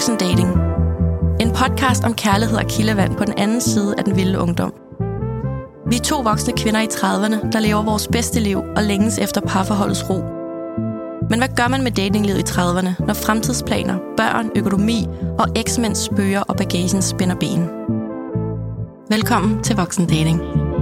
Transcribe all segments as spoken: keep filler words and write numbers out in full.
Voksendating. En podcast om kærlighed og kildevand på den anden side af den vilde ungdom. Vi er to voksne kvinder i trediverne, der lever vores bedste liv og længes efter parforholdets ro. Men hvad gør man med datinglivet i trediverne, når fremtidsplaner, børn, økonomi og eksmænds spøger og bagagen spænder ben? Velkommen til Voksendating.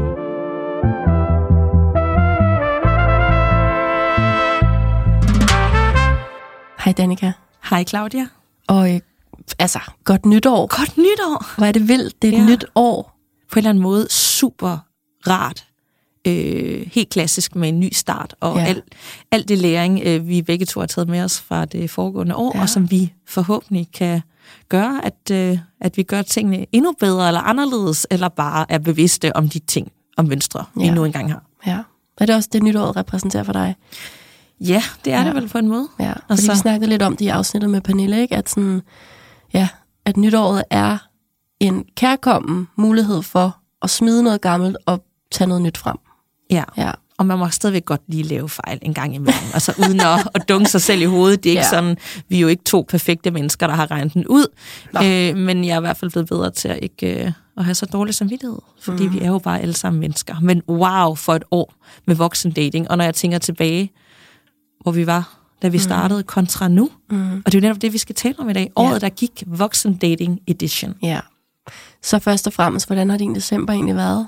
Hej Danika. Hej Claudia. Og øh, altså, godt nytår. Godt nytår. Hvor er det vildt, det er et ja. nyt år. På en eller anden måde super rart. Øh, helt klassisk med en ny start. Og ja. alt, alt det læring, øh, vi begge to har taget med os fra det foregående år, ja. og som vi forhåbentlig kan gøre, at, øh, at vi gør tingene endnu bedre eller anderledes, eller bare er bevidste om de ting, om mønstre, ja. vi nu engang har. Ja. Er det også det nytåret repræsenterer for dig? Ja, det er ja. det vel på en måde. Ja, fordi altså, vi snakkede lidt om det i afsnittet med Pernille, ikke? At, sådan, ja, at nytåret er en kærkommen mulighed for at smide noget gammelt og tage noget nyt frem. Ja, ja. Og man må stadigvæk godt lige lave fejl en gang imellem. Altså uden at, at dunke sig selv i hovedet. Det er ikke ja. sådan, vi er jo ikke to perfekte mennesker, der har regnet den ud. Øh, men jeg er i hvert fald blevet bedre til at ikke øh, at have så dårlig samvittighed. Fordi mm. vi er jo bare alle sammen mennesker. Men wow, for et år med voksendating. Og når jeg tænker tilbage, hvor vi var, da vi startede, kontra nu. Mm. Og det er jo netop det, vi skal tale om i dag. Året, ja. der gik Voksendating Edition. Ja. Så først og fremmest, hvordan har din december egentlig været?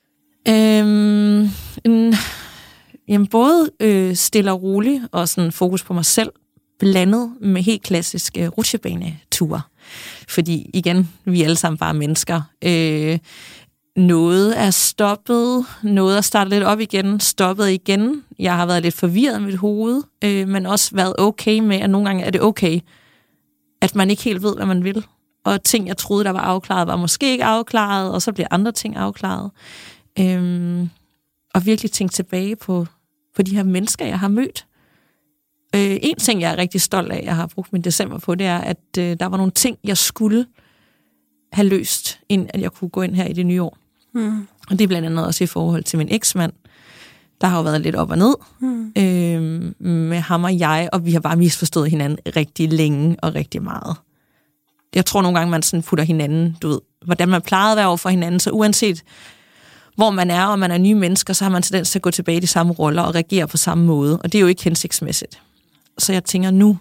Øhm, en, jamen både øh, stille og rolig, og sådan fokus på mig selv, blandet med helt klassiske rutsjebaneture. Fordi igen, vi er alle sammen bare mennesker. Øh, Noget er stoppet, noget er startet lidt op igen, stoppet igen. Jeg har været lidt forvirret i mit hoved, øh, men også været okay med, at nogle gange er det okay, at man ikke helt ved, hvad man vil. Og ting, jeg troede, der var afklaret, var måske ikke afklaret, og så bliver andre ting afklaret. Øhm, og virkelig tænke tilbage på, på de her mennesker, jeg har mødt. Øh, en ting, jeg er rigtig stolt af, jeg har brugt min december på, det er, at øh, der var nogle ting, jeg skulle have løst, inden at jeg kunne gå ind her i det nye år. Mm. Og det er blandt andet også i forhold til min eksmand. Der har jo været lidt op og ned mm. øh, med ham og jeg, og vi har bare misforstået hinanden rigtig længe og rigtig meget. Jeg tror nogle gange, man sådan putter hinanden, du ved, hvordan man plejede at være over for hinanden, så uanset hvor man er, og man er nye mennesker, så har man tendens til at gå tilbage i de samme roller og reagere på samme måde, og det er jo ikke hensigtsmæssigt. Så jeg tænker, nu,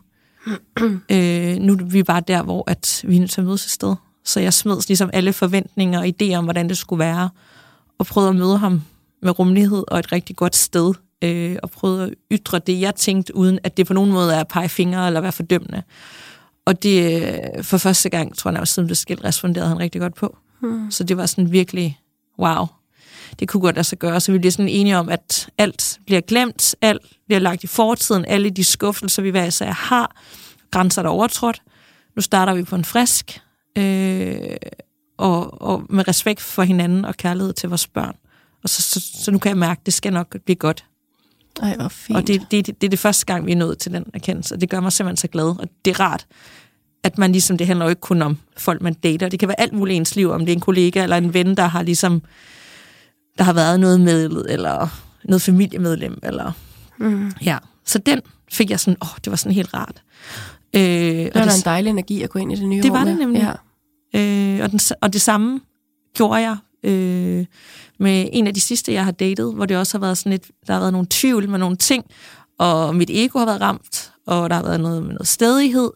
øh, nu er vi bare der, hvor at vi er nødt til at mødes et sted. Så jeg smed ligesom alle forventninger og idéer om, hvordan det skulle være, og prøvede at møde ham med rummelighed og et rigtig godt sted, øh, og prøvede at ytre det, jeg tænkte, uden at det på nogen måde er at pege fingre eller være fordømmende. Og det for første gang, tror jeg, siden det skilt, responderede han rigtig godt på. Hmm. Så det var sådan virkelig, wow, det kunne godt lade sig gøre. Så vi bliver sådan enige om, at alt bliver glemt, alt bliver lagt i fortiden, alle de skuffelser, vi hver især har, grænser der overtrådt. Nu starter vi på en frisk, Øh, og, og med respekt for hinanden og kærlighed til vores børn. Og så, så, så nu kan jeg mærke, at det skal nok blive godt. Ej, hvor fint. Og det, det, det er det første gang, vi er nået til den erkendelse, og det gør mig simpelthen så glad. Og det er rart, at man ligesom, det handler jo ikke kun om folk, man dater. Det kan være alt muligt i ens liv, om det er en kollega eller en ven, der har ligesom, der har været noget med, eller noget familiemedlem, eller mm. ja. Så den fik jeg sådan, åh, det var sådan helt rart. Øh, det var det, en dejlig energi at gå ind i det nye det år. Det var det nemlig. Ja. Øh, og, den, og det samme gjorde jeg øh, med en af de sidste, jeg har datet, hvor det også har været sådan lidt, der har været nogle tvivl med nogle ting, og mit ego har været ramt, og der har været noget med noget stædighed.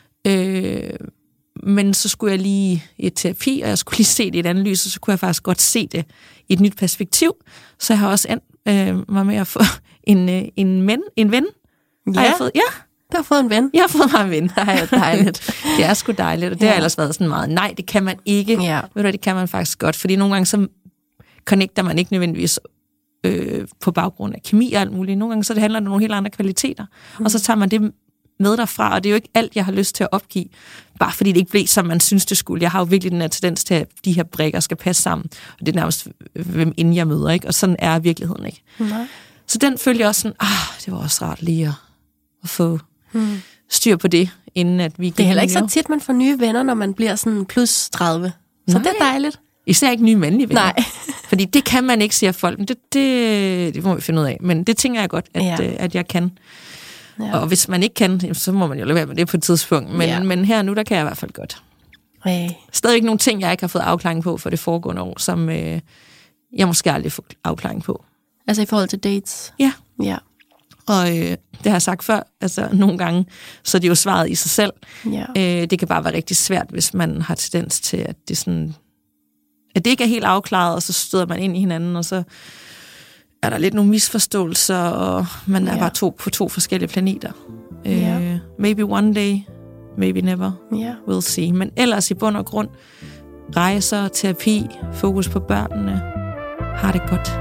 Øh, men så skulle jeg lige i et terapi, og jeg skulle lige se det i et andet lys, og så kunne jeg faktisk godt se det i et nyt perspektiv. Så jeg har også endt øh, mig med at få en, øh, en, men, en ven. Ja. Har jeg fået, ja. Du har fået en ven. Jeg har fået mig en ven. Det er dejligt. Det er sgu dejligt, og det ja. har ellers været sådan meget, nej, det kan man ikke. Ja. Ved du, det kan man faktisk godt, fordi nogle gange så connecter man ikke nødvendigvis øh, på baggrund af kemi og alt muligt. Nogle gange så det handler det om nogle helt andre kvaliteter, mm. og så tager man det med derfra, og det er jo ikke alt, jeg har lyst til at opgive, bare fordi det ikke blev, som man synes, det skulle. Jeg har jo virkelig den her tendens til, at de her brikker skal passe sammen, og det er nærmest, hvem inden jeg møder, ikke? Og sådan er virkeligheden ikke. Nej. Så den følger også sådan, ah, det var også rart lige at, at få Hmm. styr på det, inden at vi... Det er heller ikke så tit, man får nye venner, når man bliver sådan plus tredive. Så nej. Det er dejligt. Især ikke nye mandlige venner. Nej. Fordi det kan man ikke, siger folk. Men det, det, det må vi finde ud af. Men det tænker jeg godt, at, ja. øh, at jeg kan. Ja. Og hvis man ikke kan, så må man jo lade være med det på et tidspunkt. Men, ja. men her nu, der kan jeg i hvert fald godt. Hey. Stadig nogle ting, jeg ikke har fået afklaring på for det foregående år, som øh, jeg måske aldrig får afklaring på. Altså i forhold til dates? Ja. Ja. Og øh, det har jeg sagt før, altså nogle gange, så er det jo svaret i sig selv. Ja. Øh, det kan bare være rigtig svært, hvis man har tendens til, at det sådan, at det ikke er helt afklaret, og så støder man ind i hinanden, og så er der lidt nogle misforståelser, og man er ja. bare to på to forskellige planeter. Ja. Øh, maybe one day, maybe never, ja. we'll see. Men ellers i bund og grund, rejser, terapi, fokus på børnene, har det godt.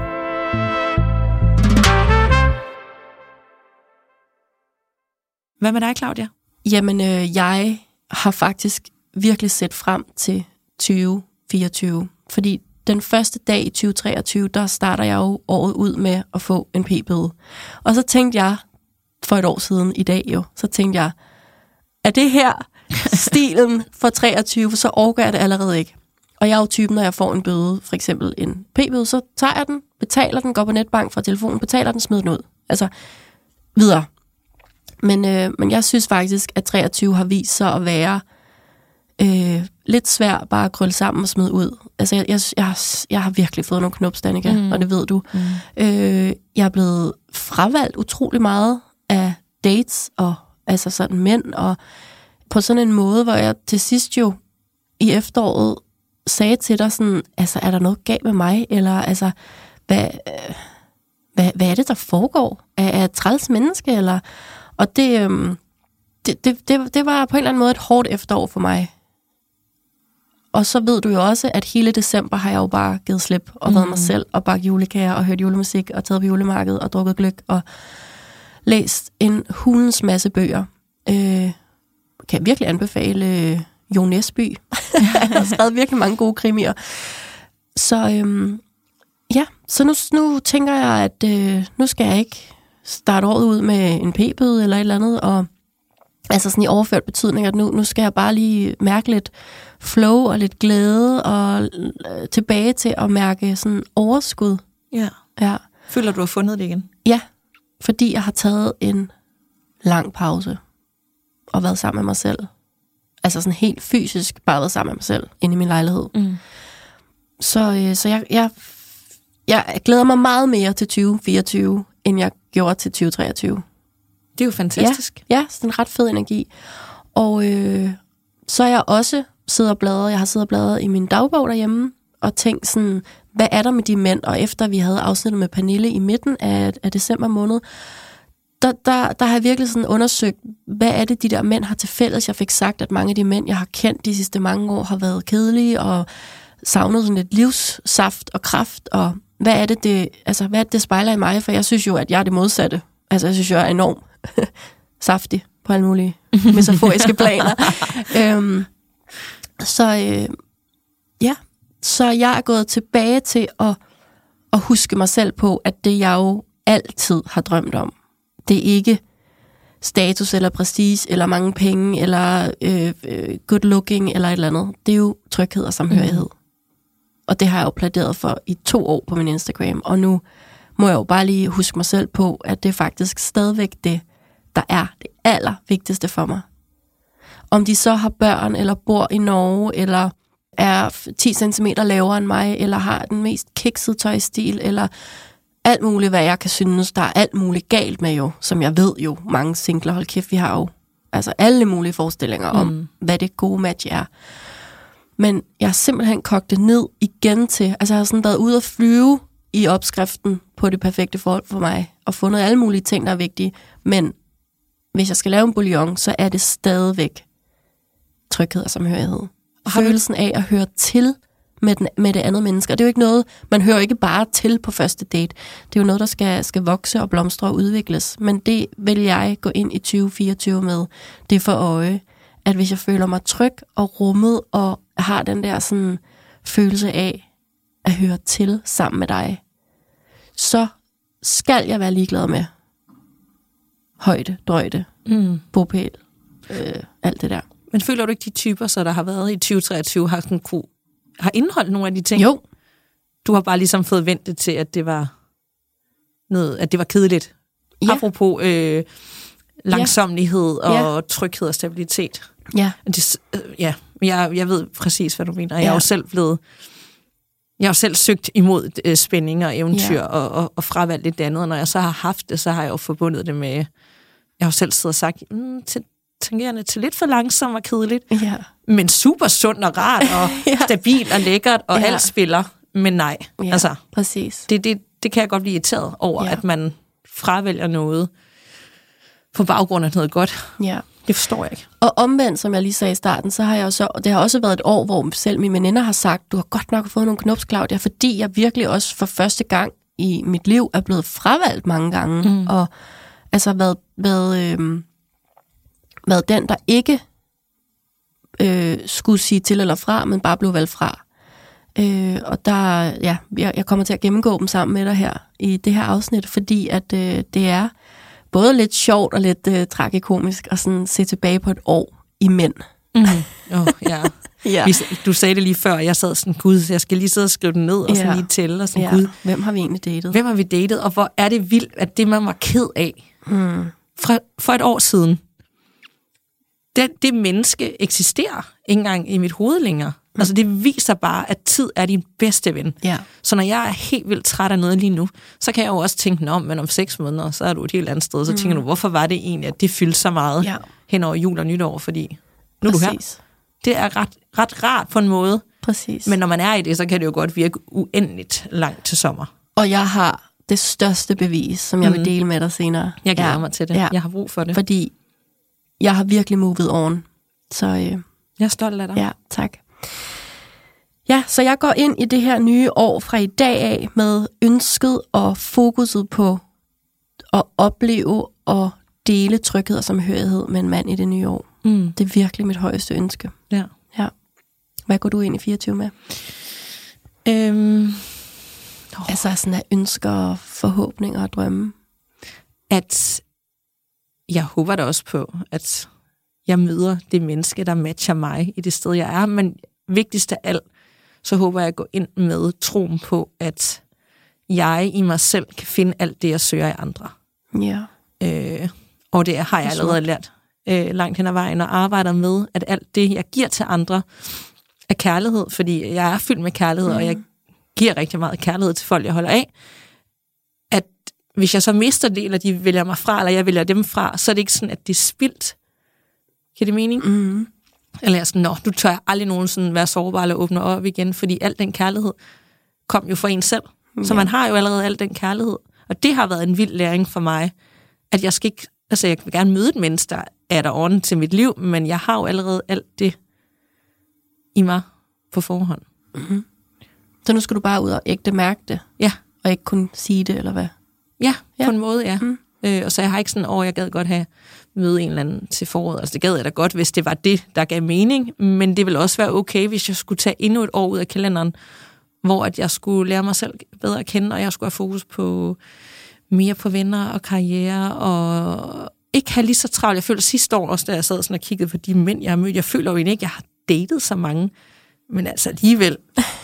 Hvad med dig, Claudia? Jamen, øh, jeg har faktisk virkelig set frem til tyve fireogtyve, fordi den første dag i tyve treogtyve, der starter jeg jo året ud med at få en p-bøde. Og så tænkte jeg, for et år siden i dag jo, så tænkte jeg, er det her stilen for treogtyve, så overgår jeg det allerede ikke. Og jeg er jo typen, når jeg får en bøde, for eksempel en p-bøde, så tager jeg den, betaler den, går på netbank fra telefonen, betaler den, smider den ud. Altså, videre. Men, øh, men jeg synes faktisk, at treogtyve har vist sig at være øh, lidt svært bare at krølle sammen og smide ud. Altså, jeg, jeg, jeg, har, jeg har virkelig fået nogle knubs, Danika, mm. og det ved du. Mm. Øh, jeg er blevet fravalgt utrolig meget af dates, og altså sådan mænd, og på sådan en måde, hvor jeg til sidst jo i efteråret sagde til dig sådan, altså, er der noget galt med mig? Eller altså, hvad, øh, hvad, hvad er det, der foregår? Er jeg et træls menneske, eller... Og det, øhm, det, det, det, det var på en eller anden måde et hårdt efterår for mig. Og så ved du jo også, at hele december har jeg jo bare givet slip og været mm. mig selv og bagt julekager og hørt julemusik og taget på julemarkedet og drukket gløgg og læst en hulens masse bøger. Øh, kan jeg virkelig anbefale øh, Jo Nesbø. Jeg har skrevet virkelig mange gode krimier. Så øhm, ja, så nu, nu tænker jeg, at øh, nu skal jeg ikke starte året ud med en p-bøde eller et eller andet, og altså sådan i overført betydning, at nu, nu skal jeg bare lige mærke lidt flow og lidt glæde, og øh, tilbage til at mærke sådan overskud. Ja. Ja. Føler du har fundet det igen? Ja, fordi jeg har taget en lang pause og været sammen med mig selv. Altså sådan helt fysisk bare været sammen med mig selv inde i min lejlighed. Mm. Så, øh, så jeg, jeg, jeg glæder mig meget mere til tyve fireogtyve, end jeg gjorde til tyve treogtyve. Det er jo fantastisk. Ja, ja, sådan en ret fed energi. Og øh, så er jeg også siddet og bladret, jeg har siddet og bladret i min dagbog derhjemme, og tænkt sådan, hvad er der med de mænd? Og efter vi havde afsnittet med Pernille i midten af, af december måned, der, der, der har jeg virkelig sådan undersøgt, hvad er det, de der mænd har til fælles? Jeg fik sagt, at mange af de mænd, jeg har kendt de sidste mange år, har været kedelige og savnet sådan lidt livssaft og kraft, og hvad er det, det, altså, hvad er det, det spejler i mig? For jeg synes jo, at jeg er det modsatte. Altså, jeg synes jo, jeg er enormt saftig på alle mulige metaforiske planer. øhm, så øh, ja, så jeg er gået tilbage til at, at huske mig selv på, at det jeg jo altid har drømt om, det er ikke status eller prestige, eller mange penge, eller øh, øh, good looking, eller et eller andet. Det er jo tryghed og samhørighed. Mm. Og det har jeg jo plæderet for i to år på min Instagram. Og nu må jeg jo bare lige huske mig selv på, at det er faktisk stadigvæk det, der er det allervigtigste for mig. Om de så har børn, eller bor i Norge, eller er ti centimeter lavere end mig, eller har den mest kiksede tøjstil, eller alt muligt, hvad jeg kan synes, der er alt muligt galt med jo, som jeg ved jo, mange singler, hold kæft, vi har jo altså alle mulige forestillinger om, mm. hvad det gode match er. Men jeg har simpelthen kogt det ned igen til, altså jeg har sådan været ude at flyve i opskriften på det perfekte forhold for mig, og fundet alle mulige ting, der er vigtige, men hvis jeg skal lave en bouillon, så er det stadigvæk tryghed og samhørighed. Og følelsen af at høre til med, den, med det andet menneske. Og det er jo ikke noget, man hører ikke bare til på første date. Det er jo noget, der skal, skal vokse og blomstre og udvikles. Men det vil jeg gå ind i tyve fireogtyve med. Det er for øje, at hvis jeg føler mig tryg og rummet, og har den der sådan følelse af at høre til sammen med dig, så skal jeg være ligeglad med højde, drøjde, mm. bopæl, øh, alt det der. Men føler du ikke, de typer, så der har været i tyve treogtyve, har, sådan, kunne, har indeholdt nogle af de ting? Jo. Du har bare ligesom fået ventet til, at det var noget, at det var kedeligt. Ja. Apropos øh, langsomlighed ja. og ja. tryghed og stabilitet. Ja. Det, ja, jeg, jeg ved præcis, hvad du mener. Jeg ja. er jo selv blevet... Jeg har jo selv søgt imod øh, spænding og eventyr ja. og, og, og fravalgt lidt andet. Og når jeg så har haft det, så har jeg jo forbundet det med... Jeg har jo selv siddet og sagt, mm, til, tangerende til lidt for langsomt og kedeligt. Ja. Men super sundt og rart og ja. stabilt og lækkert, og ja. alt spiller. Men nej, ja, altså... Præcis. Det, det, det kan jeg godt blive irriteret over, ja. at man fravælger noget på baggrund af noget godt. Ja. Det forstår jeg ikke. Og omvendt, som jeg lige sagde i starten, så har jeg også, det har også været et år, hvor selv mine veninder har sagt, du har godt nok fået nogle knops, Claudia, fordi jeg virkelig også for første gang i mit liv er blevet fravalgt mange gange, mm. og altså været, været, øh, været den, der ikke øh, skulle sige til eller fra, men bare blev valgt fra. Øh, og der, ja, jeg, jeg kommer til at gennemgå dem sammen med dig her i det her afsnit, fordi at øh, det er både lidt sjovt og lidt øh, tragikomisk at sådan se tilbage på et år i mænd. Mm. Oh, ja. ja. Vi, du sagde det lige før, og jeg sad sådan, gud, jeg skal lige sidde og skrive det ned, og sådan ja. lige tælle, og sådan, ja. gud. Hvem har vi egentlig datet? Hvem har vi datet, og hvor er det vildt, at det, man var ked af mm. fra, for et år siden, det, det menneske eksisterer ikke engang i mit hoved længere. Mm. Altså, det viser bare, at tid er din bedste ven. Ja. Så når jeg er helt vildt træt af noget lige nu, så kan jeg jo også tænke, nå, men om seks måneder, så er du et helt andet sted. Så mm. tænker du, hvorfor var det egentlig, at det fyldte så meget ja. hen over jul og nytår? Fordi nu er Præcis. du her. Det er ret, ret rart på en måde. Præcis. Men når man er i det, så kan det jo godt virke uendeligt langt til sommer. Og jeg har det største bevis, som jeg mm. vil dele med dig senere. Jeg glæder ja. mig til det. Ja. Jeg har brug for det. Fordi jeg har virkelig moved on. Så øh, jeg er stolt af dig. Ja, tak. Ja, så jeg går ind i det her nye år fra i dag af med ønsket og fokuset på at opleve og dele tryghed og samhørighed med en mand i det nye år. Mm. Det er virkelig mit højeste ønske. Ja. Ja. Hvad går du ind i fireogtyve med? Øhm, oh. Altså sådan af ønsker, forhåbninger og drømme. At jeg håber da også på, at jeg møder det menneske, der matcher mig i det sted, jeg er. Men vigtigst af alt, så håber jeg at gå ind med troen på, at jeg i mig selv kan finde alt det, jeg søger i andre. Ja. Øh, og det har jeg allerede lært øh, langt hen ad vejen, og arbejder med, at alt det, jeg giver til andre, er kærlighed, fordi jeg er fyldt med kærlighed, mm. og jeg giver rigtig meget kærlighed til folk, jeg holder af. At hvis jeg så mister det, eller de vælger mig fra, eller jeg vælger dem fra, så er det ikke sådan, at det er spildt. Giver det mening? Mm. Eller jeg er sådan, nå, du tør aldrig nogensinde være sårbar eller åbne op igen, fordi al den kærlighed kom jo fra en selv. Ja. Så man har jo allerede al den kærlighed. Og det har været en vild læring for mig, at jeg skal ikke, altså jeg vil gerne møde et menneske, der er der ordentligt til mit liv, men jeg har jo allerede alt det i mig på forhånd. Mm-hmm. Så nu skal du bare ud og ægte mærke det? Ja. Og ikke kun sige det, eller hvad? Ja, ja. På en måde, ja. Mm. Øh, og så jeg har ikke sådan, åh, jeg gad godt have møde en eller anden til foråret. Altså det gad jeg da godt, hvis det var det, der gav mening, men det ville også være okay, hvis jeg skulle tage endnu et år ud af kalenderen, hvor at jeg skulle lære mig selv bedre at kende, og jeg skulle have fokus på mere på venner og karriere, og ikke have lige så travlt. Jeg følte sidste år også, da jeg sad sådan og kiggede på de mænd, jeg har mødt, jeg føler jo egentlig ikke, jeg har datet så mange, men altså alligevel,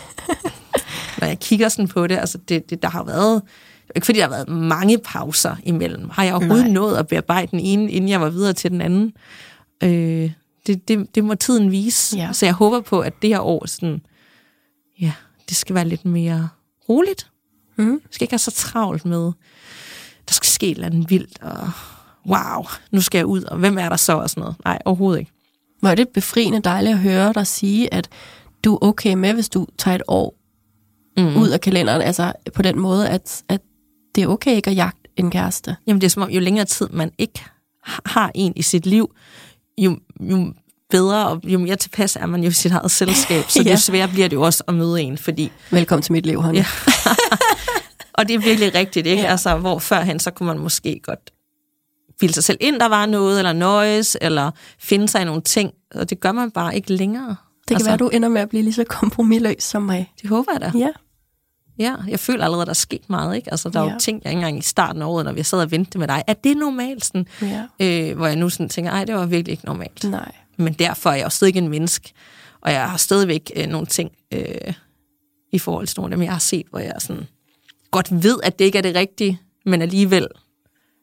når jeg kigger sådan på det, altså det, det der har været, ikke fordi der har været mange pauser imellem, har jeg overhovedet Nej. nået at bearbejde den ene, inden jeg var videre til den anden. Øh, det, det, det må tiden vise. Ja. Så jeg håber på, at det her år sådan, ja, det skal være lidt mere roligt. Mm. Jeg skal ikke have så travlt med, der skal ske et eller andet vildt, og wow, nu skal jeg ud, og hvem er der så, og sådan noget. Nej, overhovedet ikke. Hvor er det befriende dejligt at høre dig sige, at du er okay med, hvis du tager et år mm. ud af kalenderen, altså på den måde, at, at det er okay ikke at jagte en kæreste. Jamen det er som om, jo længere tid man ikke har en i sit liv, jo, jo bedre, og jo mere tilpas er man jo i sit eget selskab, så ja. jo sværere bliver det jo også at møde en, fordi... Velkommen til mit liv, Hanne. Ja. Og det er virkelig rigtigt, ikke? Ja. Altså, hvor førhen, så kunne man måske godt bilde sig selv ind, der var noget, eller nøjes, eller finde sig i nogle ting, og det gør man bare ikke længere. Det kan altså, være, du ender med at blive lige så kompromisløs som mig. Det håber jeg da. Ja. Ja, jeg føler allerede, at der er sket meget, ikke? Altså, der er ja. jo ting, jeg ikke engang i starten af året, når vi sad og ventede med dig. Er det normalt? Sådan, ja. øh, hvor jeg nu sådan tænker, ej, det var virkelig ikke normalt. Nej. Men derfor er jeg jo stadig en menneske, og jeg har stadigvæk øh, nogle ting øh, i forhold til nogle af dem, jeg har set, hvor jeg sådan godt ved, at det ikke er det rigtige, men alligevel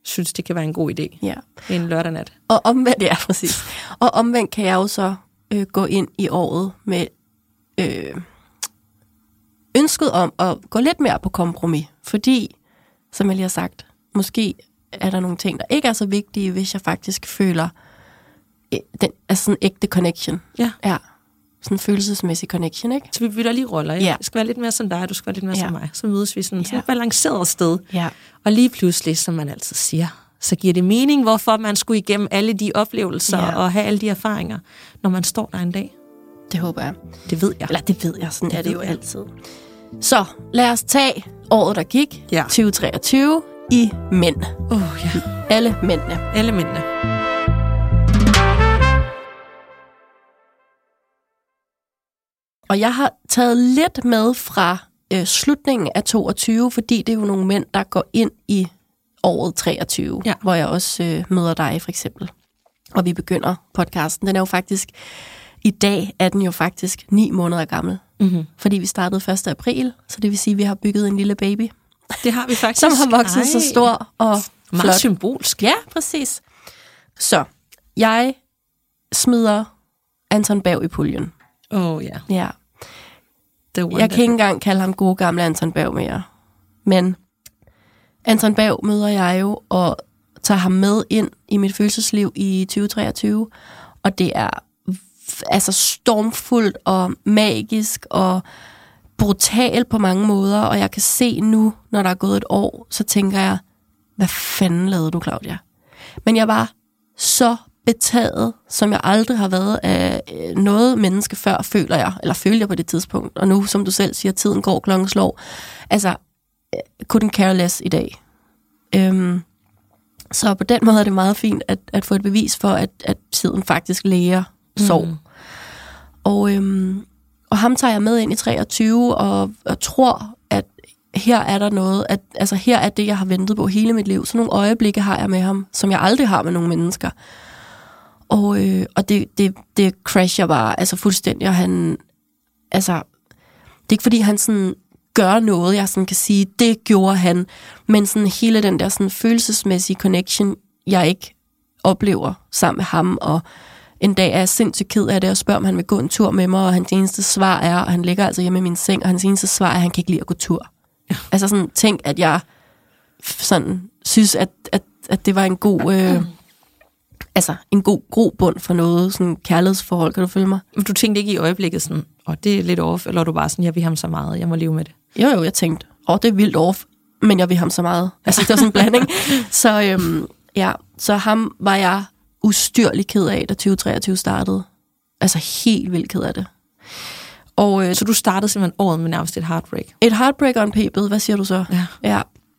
synes, det kan være en god idé. Ja. En lørdag nat. Og omvendt, ja, præcis. Og omvendt kan jeg jo så øh, gå ind i året med øh, ønsket om at gå lidt mere på kompromis. Fordi, som jeg lige har sagt, måske er der nogle ting, der ikke er så vigtige, hvis jeg faktisk føler øh, den, altså sådan en ægte connection. Ja. Ja. Sådan en følelsesmæssig connection, ikke? Så vi bytter lige roller. Ja. Jeg skal være lidt mere som dig, du skal være lidt mere Ja. som mig. Så mødes vi sådan, Ja. sådan et balanceret sted. Ja. Og lige pludselig, som man altid siger, så giver det mening, hvorfor man skulle igennem alle de oplevelser Ja. og have alle de erfaringer, når man står der en dag. Det håber jeg. Det ved jeg. Eller det ved jeg, sådan Det er det ved jo jeg. altid. Så lad os tage året, der gik, Ja. tyve treogtyve, i mænd. Åh oh, ja. Alle mændene. Alle mændene. Og jeg har taget lidt med fra øh, slutningen af toogtyve, fordi det er jo nogle mænd, der går ind i året treogtyve, Ja. hvor jeg også øh, møder dig for eksempel. Og vi begynder podcasten. Den er jo faktisk, i dag er den jo faktisk ni måneder gammel. Mm-hmm. Fordi vi startede første april, så det vil sige, at vi har bygget en lille baby, Det har vi faktisk. som har vokset Ej. så stor og Meget flot. symbolsk. Ja, præcis. Så, jeg smider Anton Berg i puljen. Åh oh, ja. Ja. The one Jeg kan that- ikke engang kalde ham gode gamle Anton Berg mere. Men Anton Berg møder jeg jo, og tager ham med ind i mit følelsesliv i tyve treogtyve. Og det er f- altså stormfuldt og magisk og brutalt på mange måder. Og jeg kan se nu, når der er gået et år, så tænker jeg, hvad fanden lavede du, Claudia? Men jeg var så betaget, som jeg aldrig har været af øh, noget menneske før, føler jeg, eller følte jeg på det tidspunkt. Og nu, som du selv siger, tiden går, klokken slår. Altså, øh, couldn't care less i dag. Øhm, så på den måde er det meget fint at, at få et bevis for, at, at tiden faktisk læger sorg. Mm. Og, øhm, og ham tager jeg med ind i treogtyve, og, og tror, at her er der noget, at, altså her er det, jeg har ventet på hele mit liv. Så nogle øjeblikke har jeg med ham, som jeg aldrig har med nogle mennesker. Og, øh, og det, det, det crasher bare, altså fuldstændig, og han, altså, det er ikke fordi, han sådan gør noget, jeg sådan kan sige, det gjorde han, men sådan hele den der sådan følelsesmæssige connection, jeg ikke oplever sammen med ham, og en dag er jeg sindssygt ked af det, og spørger, om han vil gå en tur med mig, og hans eneste svar er, og han ligger altså hjemme i min seng, og hans eneste svar er, at han kan ikke lide at gå tur. Ja. Altså sådan, tænk, at jeg sådan synes, at, at, at det var en god, øh, altså en god grobund for noget, sådan kærlighedsforhold, kan du følge mig? Men du tænkte ikke i øjeblikket sådan, åh, oh, det er lidt off, eller er du bare sådan, jeg vil ham så meget, jeg må leve med det? Jo, jo, jeg tænkte, åh, det er vildt off, men jeg vil ham så meget. Altså, det var sådan en blanding. Så øhm, ja, så ham var jeg ustyrlig ked af, da tyve treogtyve startede. Altså helt vildt ked af det. Og, øh, Så du startede simpelthen året med nærmest et heartbreak? et heartbreak og en p-bid, hvad siger du så? Ja. Ja.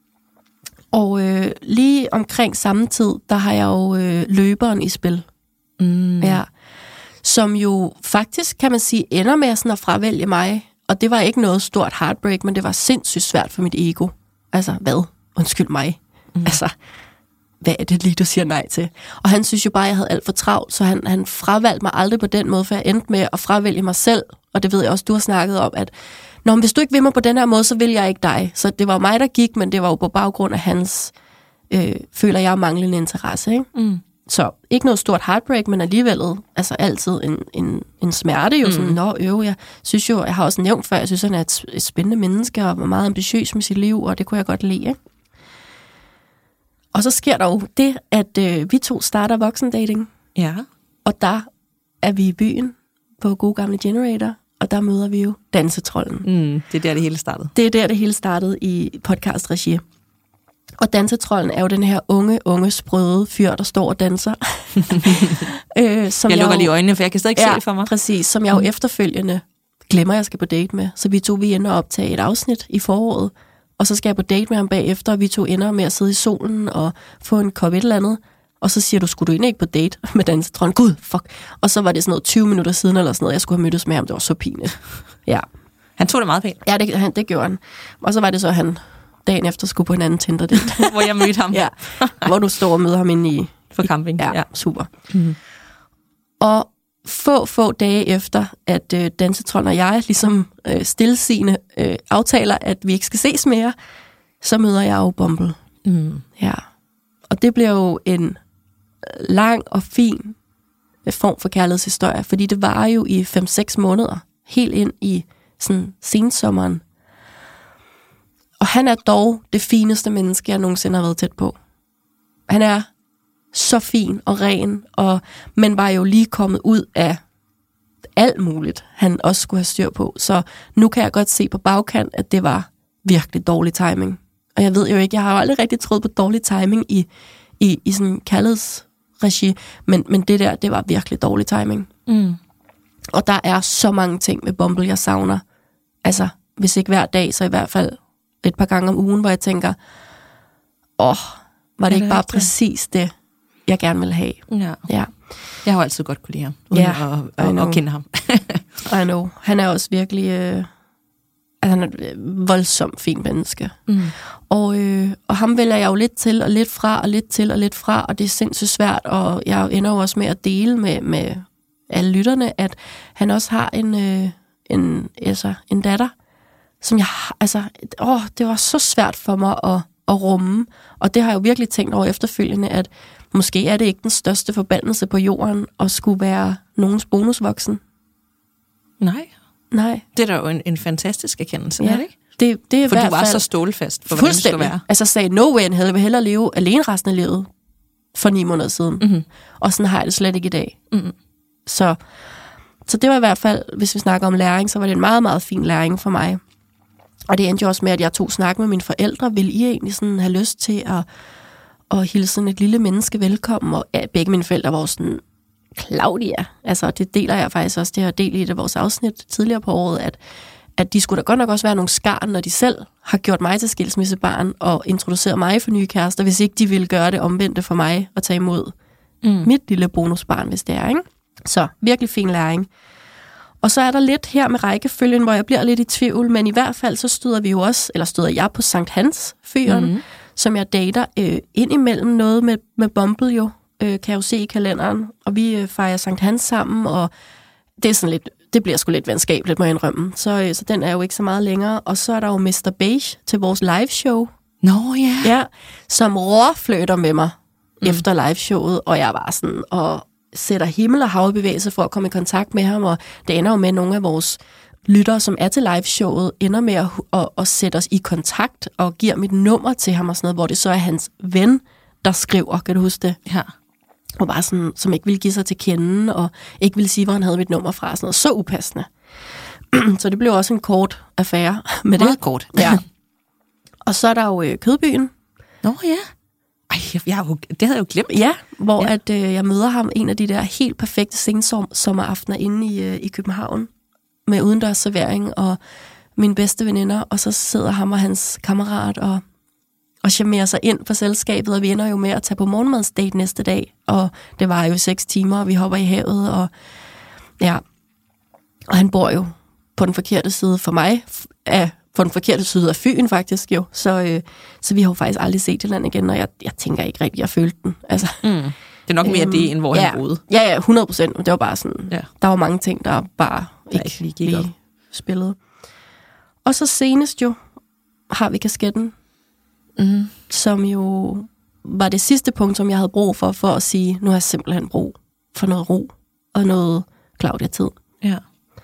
Og øh, lige omkring samme tid, der har jeg jo øh, løberen i spil. Mm. Ja. Som jo faktisk, kan man sige, ender med sådan at fravælge mig. Og det var ikke noget stort heartbreak, men det var sindssygt svært for mit ego. Altså, hvad? Undskyld mig. Mm. Altså, hvad er det lige, du siger nej til? Og han synes jo bare, at jeg havde alt for travlt, så han, han fravalgte mig aldrig på den måde, for jeg endte med at fravælge mig selv. Og det ved jeg også, du har snakket om, at Nå, men hvis du ikke vil mig på den her måde, så vil jeg ikke dig. Så det var mig, der gik, men det var jo på baggrund af hans, øh, føler jeg, manglende interesse. Ikke? Mm. Så ikke noget stort heartbreak, men alligevel altså altid en, en, en smerte. Jo, mm. sådan, Nå, øv, jeg synes jo, jeg har også nævnt før, jeg synes, han er et, et spændende menneske, og var meget ambitiøs med sit liv, og det kunne jeg godt lide. Ikke? Og så sker der jo det, at øh, vi to starter voksendating, Ja. og der er vi i byen på gode gamle Generator, og der møder vi jo Dansetrolden. Mm, det er der, det hele startede. Det er der, det hele startede i podcast-regi. Og Dansetrolden er jo den her unge, unge, sprøde fyr, der står og danser. øh, som Jeg, jeg lukker jo, lige øjnene, for jeg kan stadig ikke ja, se det for mig. præcis. Som jeg jo efterfølgende glemmer, jeg skal på date med. Så vi to, vi ender at optage et afsnit i foråret. Og så skal jeg på date med ham bagefter, og vi to ender med at sidde i solen og få en kop et eller andet. Og så siger du, skulle du egentlig ikke på date med Dansetrolden? Gud, fuck. Og så var det sådan noget tyve minutter siden, eller sådan noget, jeg skulle have mødtes med ham. Det var så pinligt. Ja. Han tog det meget pænt, Ja, det, han, det gjorde han. Og så var det så, at han dagen efter skulle på en anden Tinder-date. hvor jeg mødte ham Ja, hvor du står og møder ham inde i... for camping. Ja, Ja. ja. Super. Mm. Og få, få dage efter, at øh, Dansetrolden og jeg ligesom øh, stillesigende øh, aftaler, at vi ikke skal ses mere, så møder jeg jo Bumble. Mm. Ja. og det bliver jo en lang og fin form for kærlighedshistorie, fordi det var jo i fem seks måneder, helt ind i sådan sensommeren. Og han er dog det fineste menneske, jeg nogensinde har været tæt på. Han er så fin og ren, og, men var jo lige kommet ud af alt muligt, han også skulle have styr på. Så nu kan jeg godt se på bagkant, at det var virkelig dårlig timing. Og jeg ved jo ikke, jeg har jo aldrig rigtig troet på dårlig timing i, i, i sådan kærlighedsregi, men, men det der, det var virkelig dårlig timing. Mm. Og der er så mange ting med Bumble, jeg savner. Altså, hvis ikke hver dag, så i hvert fald et par gange om ugen, hvor jeg tænker, åh, oh, var det, det ikke bare rigtigt? Præcis det, jeg gerne ville have. Ja. Ja. Jeg har jo altid godt kunne lide ham, uden ja, at, at, at kende ham. I know. Han er også virkelig, øh, altså han er et voldsomt fin menneske. Mm. Og, øh, og ham vælger jeg jo lidt til, og lidt fra, og lidt til, og lidt fra, og det er sindssygt svært, og jeg ender jo også med at dele med, med alle lytterne, at han også har en, øh, en, altså, en datter, som jeg, altså, åh, det var så svært for mig at, at rumme, og det har jeg jo virkelig tænkt over efterfølgende, at måske er det ikke den største forbandelse på jorden at skulle være nogens bonusvoksen. Nej. Nej. Det er da jo en, en fantastisk erkendelse, ja. er det ikke? Det, det er for i hvert du var fald så stålfast for, hvordan det skulle være. Altså sagde, no way in hell, jeg vil hellere leve alene resten af livet for ni måneder siden. Mm-hmm. Og sådan har jeg det slet ikke i dag. Mm-hmm. Så, så det var i hvert fald, hvis vi snakker om læring, så var det en meget, meget fin læring for mig. Og det endte jo også med, at jeg tog snak med mine forældre. Vil I egentlig sådan have lyst til at, at hilse sådan et lille menneske velkommen? Og ja, begge mine forældre var sådan, Claudia, altså det deler jeg faktisk også, det har delt i et af vores afsnit tidligere på året, at, at de skulle da godt nok også være nogle skarn, når de selv har gjort mig til skilsmissebarn og introduceret mig for nye kærester, hvis ikke de ville gøre det omvendte for mig og tage imod mm. mit lille bonusbarn, hvis det er, ikke? Så virkelig fin læring. Og så er der lidt her med rækkefølgen, hvor jeg bliver lidt i tvivl, men i hvert fald så støder vi jo også, eller støder jeg på Sankt Hans-fyren, mm. som jeg dater øh, ind imellem noget med, med Bumble jo, øh, kan jeg jo se i kalenderen, og vi øh, fejrer Sankt Hans sammen, og det er sådan lidt, det bliver sgu lidt venskabeligt, må jeg indrømme. Så, øh, så den er jo ikke så meget længere. Og så er der jo mister Beige til vores liveshow. Nå ja. Ja, som råfløter med mig mm. efter liveshowet, og jeg var sådan, og sætter himmel og hav i bevægelse for at komme i kontakt med ham, og det ender jo med, at nogle af vores lyttere, som er til liveshowet, ender med at, at, at sætte os i kontakt og giver mit nummer til ham og sådan noget, hvor det så er hans ven, der skriver, kan du huske det? Ja. Og bare sådan, som ikke ville give sig til kende, og ikke ville sige, hvor han havde mit nummer fra, sådan noget så upassende. Så det blev også en kort affære med det. Meget kort. Ja. Og så er der jo øh, Kødbyen. Nå ja. Ej, jeg, jeg, det havde jeg jo glemt. Ja, hvor ja. At, øh, jeg møder ham en af de der helt perfekte sensommeraftener inde i, øh, i København, med udendørs servering og mine bedste veninder, og så sidder ham og hans kammerat og, og charmerer sig ind på selskabet, og vi ender jo med at tage på morgenmadsdate næste dag, og det var jo seks timer, og vi hopper i havet, og ja, og han bor jo på den forkerte side for mig, af på den forkerte side af Fyn faktisk jo, så, øh, så vi har jo faktisk aldrig set det land igen, og jeg, jeg tænker ikke rigtigt, jeg følte den. Altså, mm. Det er nok mere øhm, det, end hvor ja, han boede. Ja, ja, hundrede procent. Det var bare sådan, ja. Der var mange ting, der bare ikke, ikke lige gik lige spillede. Og så senest jo, har vi kasketten, mm. som jo var det sidste punkt, som jeg havde brug for, for at sige, nu har jeg simpelthen brug for noget ro, og noget Claudia-tid. Ja.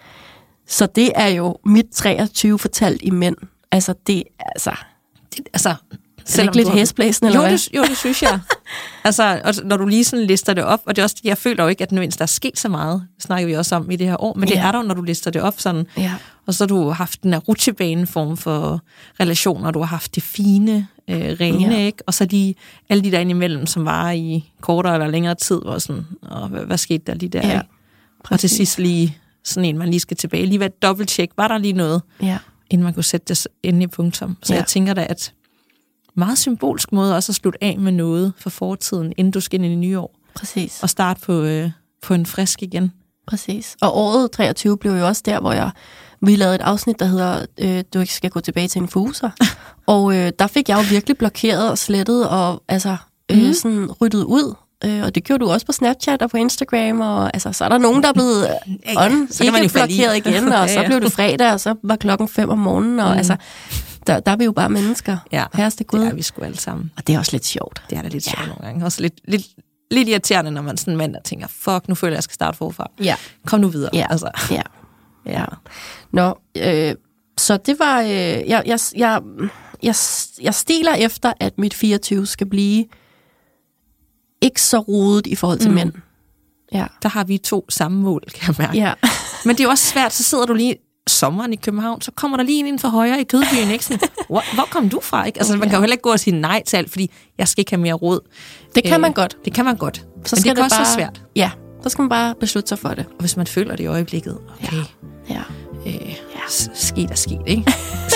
Så det er jo mit treogtyve fortalt i mænd. Altså, det altså... Det, altså, er det ikke lidt hæsblæsende, eller jo, hvad? Det, jo, det synes jeg. Altså, og når du lige sådan lister det op, og det er også, jeg føler jo ikke, at nødvendigvis der er sket så meget, snakker vi også om i det her år, men ja. Det er der jo, når du lister det op sådan. Ja. Og så har du haft den her rutsjebaneform for relationer, du har haft det fine, øh, rene, ja. Ikke? Og så de, alle de der indimellem, som var i kortere eller længere tid, hvor sådan, og hvad, hvad skete der lige der? Ja, og til sidst lige sådan en, man lige skal tilbage. Lige være et dobbelttjek. Var der lige noget, ja. inden man kunne sætte det endelig punktum? Så ja. Jeg tænker da, at meget symbolsk måde også at slutte af med noget for fortiden, inden du skal ind i det nye år. Præcis. Og starte på, øh, på en frisk igen. Præcis. Og året treogtyve blev jo også der, hvor jeg vi lavede et afsnit, der hedder øh, Du ikke skal gå tilbage til en fuser. Og øh, der fik jeg jo virkelig blokeret og slettet og altså øh, mm. sådan ryddet ud. Øh, og det gjorde du også på Snapchat og på Instagram, og altså, så er der nogen, der er blevet on, ja, ikke blokeret igen, og ja, ja. Så blev det fredag, og så var klokken fem om morgenen, og mm. altså, Der, der er vi jo bare mennesker. Ja, Herreste Gud. det er vi sgu alle sammen. Og det er også lidt sjovt. Det er da lidt sjovt Ja. nogle gange. Også lidt, lidt, lidt irriterende, når man sådan en mand, der tænker, fuck, nu føler jeg, jeg skal starte forfra. Ja. Kom nu videre. Ja. Altså. Ja. Ja. Nå, øh, så det var... Øh, jeg, jeg, jeg, jeg, jeg stiler efter, at mit fireogtyve skal blive ikke så rodet i forhold til Mm. mænd. Ja. Der har vi to samme mål, kan jeg mærke. Ja. Men det er jo også svært, så sidder du lige sommeren i København, så kommer der lige en inden for højre i Kødbyen, ikke? Sådan, hvor, hvor kom du fra, ikke? Altså, man kan jo heller ikke gå og sige nej til alt, fordi jeg skal ikke have mere råd. Det kan man godt. Det kan man godt. Så Men skal det er det også bare, så svært. Ja, så skal man bare beslutte sig for det. Og hvis man føler det i øjeblikket, okay, Ja. øh, ja. sket er sket, ikke?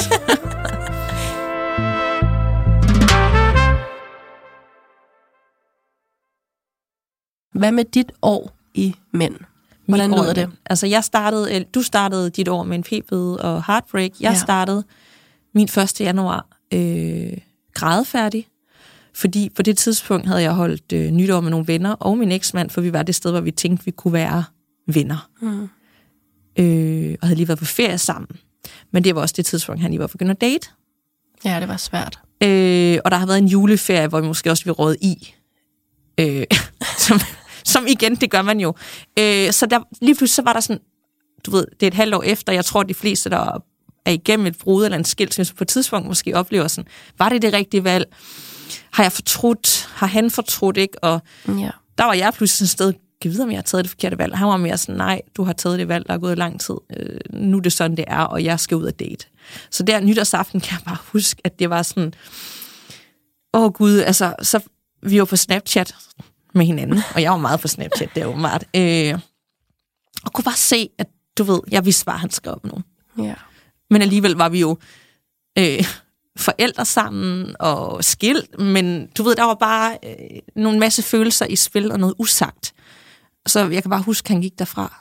Hvad med dit år i mænd? Hvordan Mit år lyder det? med- Altså, jeg startede, eller, du startede dit år med en p-bøde og heartbreak. Jeg Ja. startede min første januar øh, grædefærdig, fordi på det tidspunkt havde jeg holdt øh, nytår med nogle venner og min eksmand, for vi var det sted, hvor vi tænkte, vi kunne være venner. Mm. Øh, og havde lige været på ferie sammen. Men det var også det tidspunkt, han lige var begyndt at date. Ja, det var svært. Øh, og der har været en juleferie, hvor vi måske også vil råde i. Øh, som, som igen, det gør man jo. Øh, så der, lige pludselig så var der sådan, du ved, det er et halvt år efter, jeg tror, de fleste, der er igennem et brud eller en skilsmisse på et tidspunkt, måske oplever sådan, var det det rigtige valg? Har jeg fortrudt? Har han fortrudt, ikke? Og Ja. der var jeg pludselig sådan et sted, jeg ved, om jeg har taget det forkerte valg. Han var mere sådan, nej, du har taget det valg, der er gået lang tid. Øh, nu er det sådan, det er, og jeg skal ud og date. Så der nytårsaften kan jeg bare huske, at det var sådan, åh oh, gud, altså, så vi var på Snapchat med hinanden, og jeg var meget på Snapchat, det er jo meget. Øh, og kunne bare se, at du ved, jeg vidste bare, han skrev nu. Ja. Men alligevel var vi jo øh, forældre sammen og skilt, men du ved, der var bare øh, nogle masse følelser i spil og noget usagt. Så jeg kan bare huske, at han gik derfra.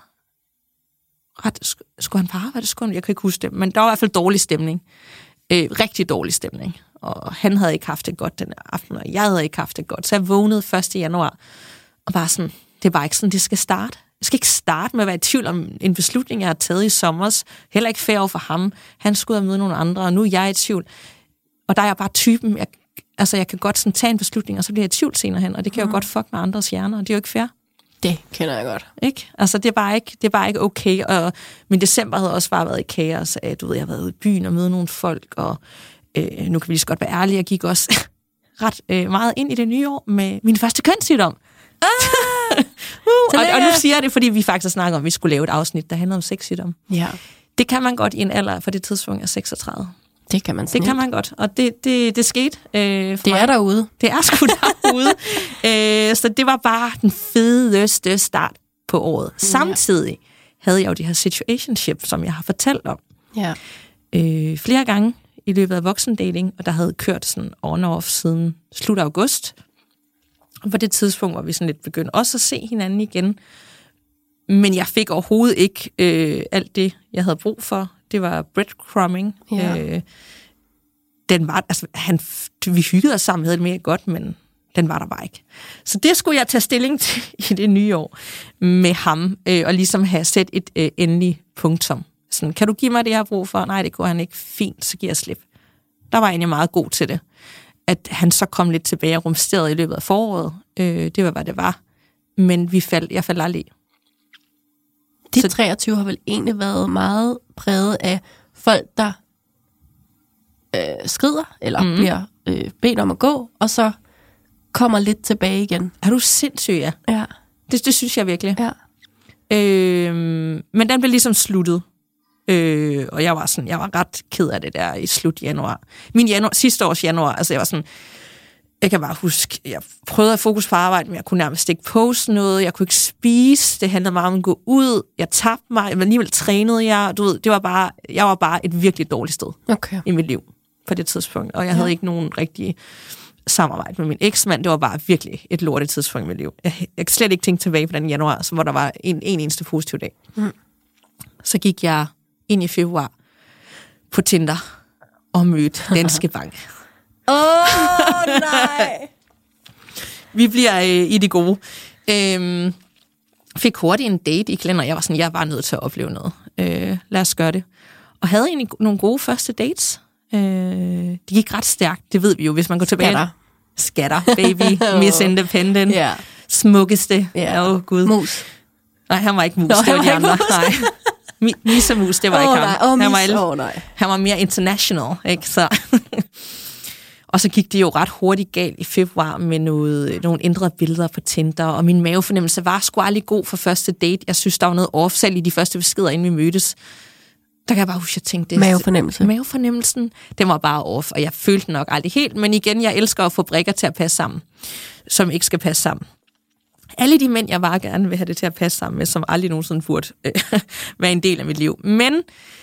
Ret, skulle han på arbejde? Skulle han? Jeg kan ikke huske det, men der var i hvert fald dårlig stemning. Øh, rigtig dårlig stemning. Og han havde ikke haft det godt den aften, og jeg havde ikke haft det godt. Så jeg vågnede første januar, og bare sådan, det er bare ikke sådan, det skal starte. Jeg skal ikke starte med at være i tvivl om en beslutning, jeg har taget i sommers. Heller ikke fair over for ham. Han skulle have møde nogle andre, og nu er jeg i tvivl. Og der er jeg bare typen, jeg, altså jeg kan godt sådan tage en beslutning, og så bliver jeg i tvivl senere hen, og det kan jo mm. godt fuck med andres hjerner, og det er jo ikke fair. Det kender jeg godt. Ikke? Altså, det er bare ikke, det er bare ikke okay, og min december havde også bare været i kaos af, du ved, jeg har været ude i byen og møde nogle folk, og øh, nu kan vi lige så godt være ærlige, jeg gik også ret øh, meget ind i det nye år med min første kønssygdom. Ah! uh, og, og nu siger jeg det, fordi vi faktisk snakker om, at vi skulle lave et afsnit, der handler om sexsygdom. Ja. Det kan man godt i en alder, for det tidspunkt er seksogtredive. Det kan man Det kan man godt, og det, det, det skete øh, for Det mig. er derude. Det er sgu derude. øh, så det var bare den fedeste start på året. Samtidig havde jeg jo de her situationship, som jeg har fortalt om. Ja. Øh, flere gange i løbet af voksendating, og der havde kørt sådan on-off siden slut af august. Og på det tidspunkt var vi sådan lidt begyndt også at se hinanden igen. Men jeg fik overhovedet ikke øh, alt det, jeg havde brug for. Det var breadcrumbing. Ja. Øh, den var, altså, han, vi hyggede os sammen, havde det mere godt, men den var der bare ikke. Så det skulle jeg tage stilling til i det nye år med ham, øh, og ligesom have sat et øh, endeligt punktum. Sådan, kan du give mig det, jeg har brug for? Nej, det kunne han ikke. Fint, så giver jeg slip. Der var jeg egentlig meget god til det. At han så kom lidt tilbage og rumsterede i løbet af foråret. Øh, det var, hvad det var. Men vi faldt, jeg faldt aldrig i. Dit så treogtyve har vel egentlig været meget præget af folk, der øh, skrider, eller mm. bliver øh, bedt om at gå, og så kommer lidt tilbage igen. Er du sindssyg, ja? Ja. Det, det synes jeg virkelig. Ja. Øh, men den blev ligesom sluttet. Øh, og jeg var sådan, jeg var ret ked af det der i slut januar. Min januar, sidste års januar, altså jeg var sådan, jeg kan bare huske, jeg prøvede at fokus på arbejde, men jeg kunne nærmest ikke poste noget, jeg kunne ikke spise, det handlede meget om at gå ud, jeg tabte mig, men alligevel trænede jeg, du ved, det var bare, jeg var bare et virkelig dårligt sted Okay. i mit liv på det tidspunkt, og jeg ja. havde ikke nogen rigtig samarbejde med min eksmand, det var bare virkelig et lortet tidspunkt i mit liv. Jeg, jeg kan slet ikke tænke tilbage på den januar, så hvor der var en, en eneste positiv dag. Mm. Så gik jeg ind i februar på Tinder og mødte Danske Bank. Åh, oh, nej! Vi bliver øh, i det gode. Øhm, fik hurtigt en date i kalender. Jeg var sådan, jeg var nødt til at opleve noget. Øh, lad os gøre det. Og havde egentlig nogle gode første dates. Øh, det gik ret stærkt, det ved vi jo, hvis man går tilbage. Skatter. Skatter, baby, Miss Independent, Ja. smukkeste. Ja. Åh, Gud. Mus. Nej, han var ikke mus, Nå, det var han de var andre. ikke mus. Nej. Mi- Missemus, det var Åh, ikke nej. ham. Åh, han, var mis. el- Åh, nej. han var mere international, ikke? Så. Og så gik det jo ret hurtigt galt i februar med noget, nogle ændrede billeder på Tinder, og min mavefornemmelse var sgu aldrig god for første date. Jeg synes, der var noget off, selv i de første beskeder, inden vi mødtes. Der kan jeg bare huske, at jeg tænkte... Mavefornemmelse. Mavefornemmelsen, den var bare off, og jeg følte nok aldrig helt. Men igen, jeg elsker at få brikker til at passe sammen, som ikke skal passe sammen. Alle de mænd, jeg bare gerne vil have det til at passe sammen med, som aldrig nogensinde burde øh, være en del af mit liv. Men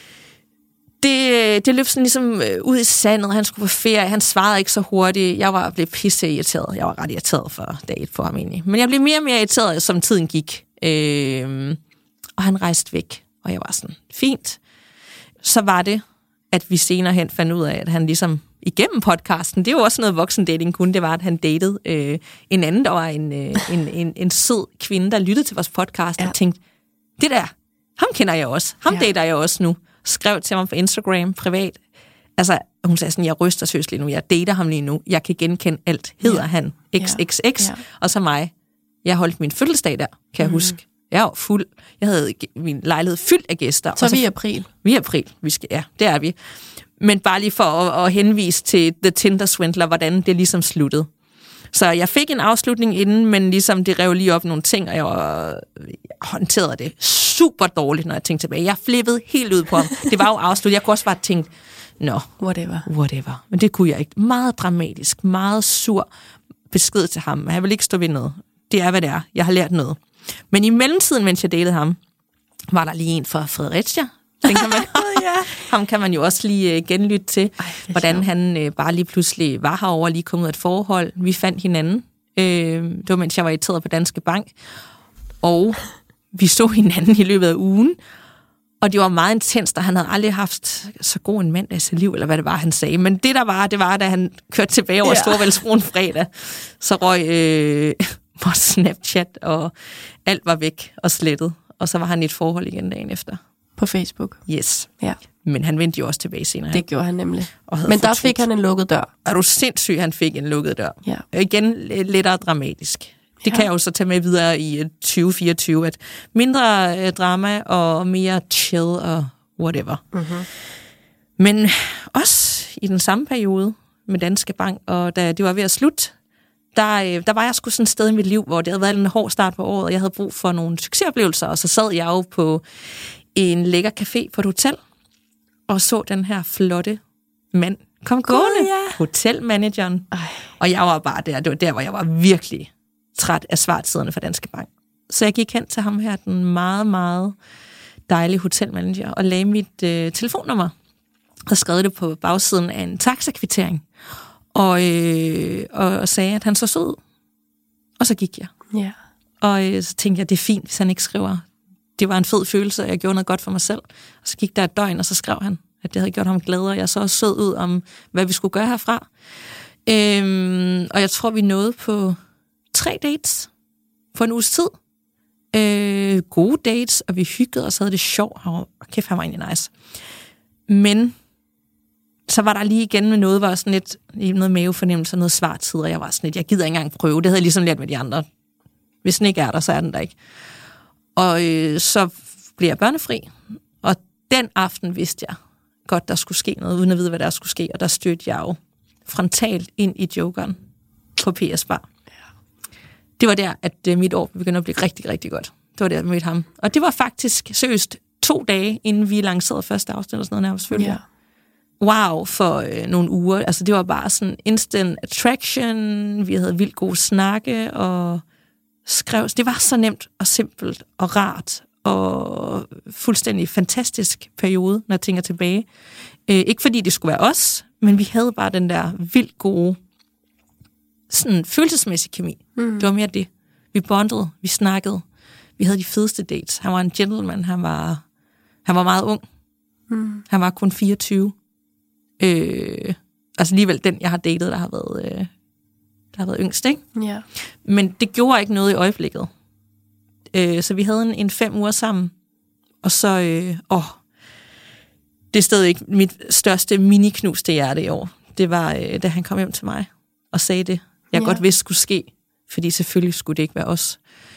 det, det løb sådan ligesom øh, ud i sandet. Han skulle på ferie, han svarede ikke så hurtigt. Jeg var blevet pisse irriteret. Jeg var ret irriteret for dag et på ham egentlig. Men jeg blev mere og mere irriteret, som tiden gik. Øh, og han rejste væk, og jeg var sådan, fint. Så var det, at vi senere hen fandt ud af, at han ligesom igennem podcasten, det er jo også noget voksendating kunne, det var, at han datede øh, en anden, der var en, øh, en, en, en sød kvinde, der lyttede til vores podcast, ja. Og tænkte, det der, ham kender jeg også, ham ja. Dater jeg også nu. Skrev til ham på Instagram, privat. Altså, hun sagde sådan, jeg ryster søs lige nu, jeg dater ham lige nu, jeg kan genkende alt. Hedder ja. Han X X X, ja. Og så mig. Jeg holdt min fødselsdag der, kan jeg mm. huske. Jeg var fuld. Jeg havde min lejlighed fyldt af gæster. Så er vi i april. Vi er april. Vi skal, ja, det er vi. Men bare lige for at, at henvise til The Tinder Swindler, hvordan det ligesom sluttede. Så jeg fik en afslutning inden, men ligesom det rev lige op nogle ting, og jeg, var, jeg håndterede det super dårligt, når jeg tænkte tilbage. Jeg flippede helt ud på ham. Det var jo afsluttet. Jeg kunne også bare tænke, nå, whatever. whatever. Men det kunne jeg ikke. Meget dramatisk, meget sur besked til ham. Jeg vil ikke stå ved noget. Det er, hvad det er. Jeg har lært noget. Men i mellemtiden, mens jeg datede ham, var der lige en fra Fredericia. Tænker man, ja. Ham kan man jo også lige uh, genlytte til, ej, hvordan sjovt. Han uh, bare lige pludselig var herovre, lige kommet ud af et forhold. Vi fandt hinanden. Uh, det var, mens jeg var irriteret på Danske Bank. Og vi så hinanden i løbet af ugen. Og det var meget intenst, og han havde aldrig haft så god en mand i sit liv, eller hvad det var, han sagde. Men det der var, det var, da han kørte tilbage over ja. Storvældsbroen fredag, så røg øh, vores Snapchat, og alt var væk og slettet. Og så var han i et forhold igen dagen efter. På Facebook? Yes. Ja. Men han vendte jo også tilbage senere. Det gjorde han nemlig. Men der fik han en lukket dør. Er du sindssyg, han fik en lukket dør? Ja. Igen, lettere dramatisk. Det ja. Kan jeg jo så tage med videre i tyve fireogtyve, at mindre øh, drama og mere chill og whatever. Mm-hmm. Men også i den samme periode med Danske Bank, og da det var ved at slutte, der, øh, der var jeg sgu sådan et sted i mit liv, hvor det havde været en hård start på året, og jeg havde brug for nogle succesoplevelser, og så sad jeg jo på en lækker café på et hotel, og så den her flotte mand kom gående, ja. Hotelmanageren, Ej. Og jeg var bare der, det var der, hvor jeg var virkelig træt af svartsiderne for Danske Bank. Så jeg gik hen til ham her, den meget, meget dejlige hotelmanager, og lagde mit øh, telefonnummer, og skrev det på bagsiden af en taxakvittering, og, øh, og sagde, at han så så ud. Og så gik jeg. Ja. Og øh, så tænkte jeg, det er fint, hvis han ikke skriver. Det var en fed følelse, og jeg gjorde noget godt for mig selv. Og så gik der et døgn, og så skrev han, at det havde gjort ham glad, og jeg så også sød ud om, hvad vi skulle gøre herfra. Øhm, og jeg tror, vi nåede på tre dates for en uges tid. Øh, gode dates, og vi hyggede os, havde det sjovt. Og kæft, han var egentlig nice. Men så var der lige igen med noget, var sådan lidt noget mavefornemmelse, noget svartid, og jeg var sådan lidt, jeg gider ikke engang prøve. Det havde jeg ligesom lært med de andre. Hvis den ikke er der, så er den der ikke. Og øh, så blev jeg børnefri, og den aften vidste jeg godt, der skulle ske noget, uden at vide, hvad der skulle ske, og der stødte jeg jo frontalt ind i jokeren på P S Bar. Det var der, at øh, mit år begyndte at blive rigtig, rigtig godt. Det var der, jeg mødte ham. Og det var faktisk seriøst to dage, inden vi lancerede første afsnit, og sådan noget nærmest følge. Ja. Wow, for øh, nogle uger. Altså, det var bare sådan instant attraction, vi havde vildt gode snakke, og skrev. Det var så nemt og simpelt og rart, og fuldstændig fantastisk periode, når jeg tænker tilbage. Øh, ikke fordi det skulle være os, men vi havde bare den der vildt gode, sådan følelsesmæssig kemi. Mm. Det var mere det. Vi bondede, vi snakkede, vi havde de fedeste dates. Han var en gentleman, han var, han var meget ung. Mm. Han var kun fireogtyve. Øh, altså alligevel den, jeg har datet, der har været, øh, der har været yngst, ikke? Ja. Men det gjorde ikke noget i øjeblikket. Øh, så vi havde en, en fem uger sammen, og så, øh, åh, det er stadig ikke mit største mini-knuste hjerte i år. Det var, øh, da han kom hjem til mig og sagde det, jeg ja. godt vidste skulle ske, fordi selvfølgelig skulle det ikke være os.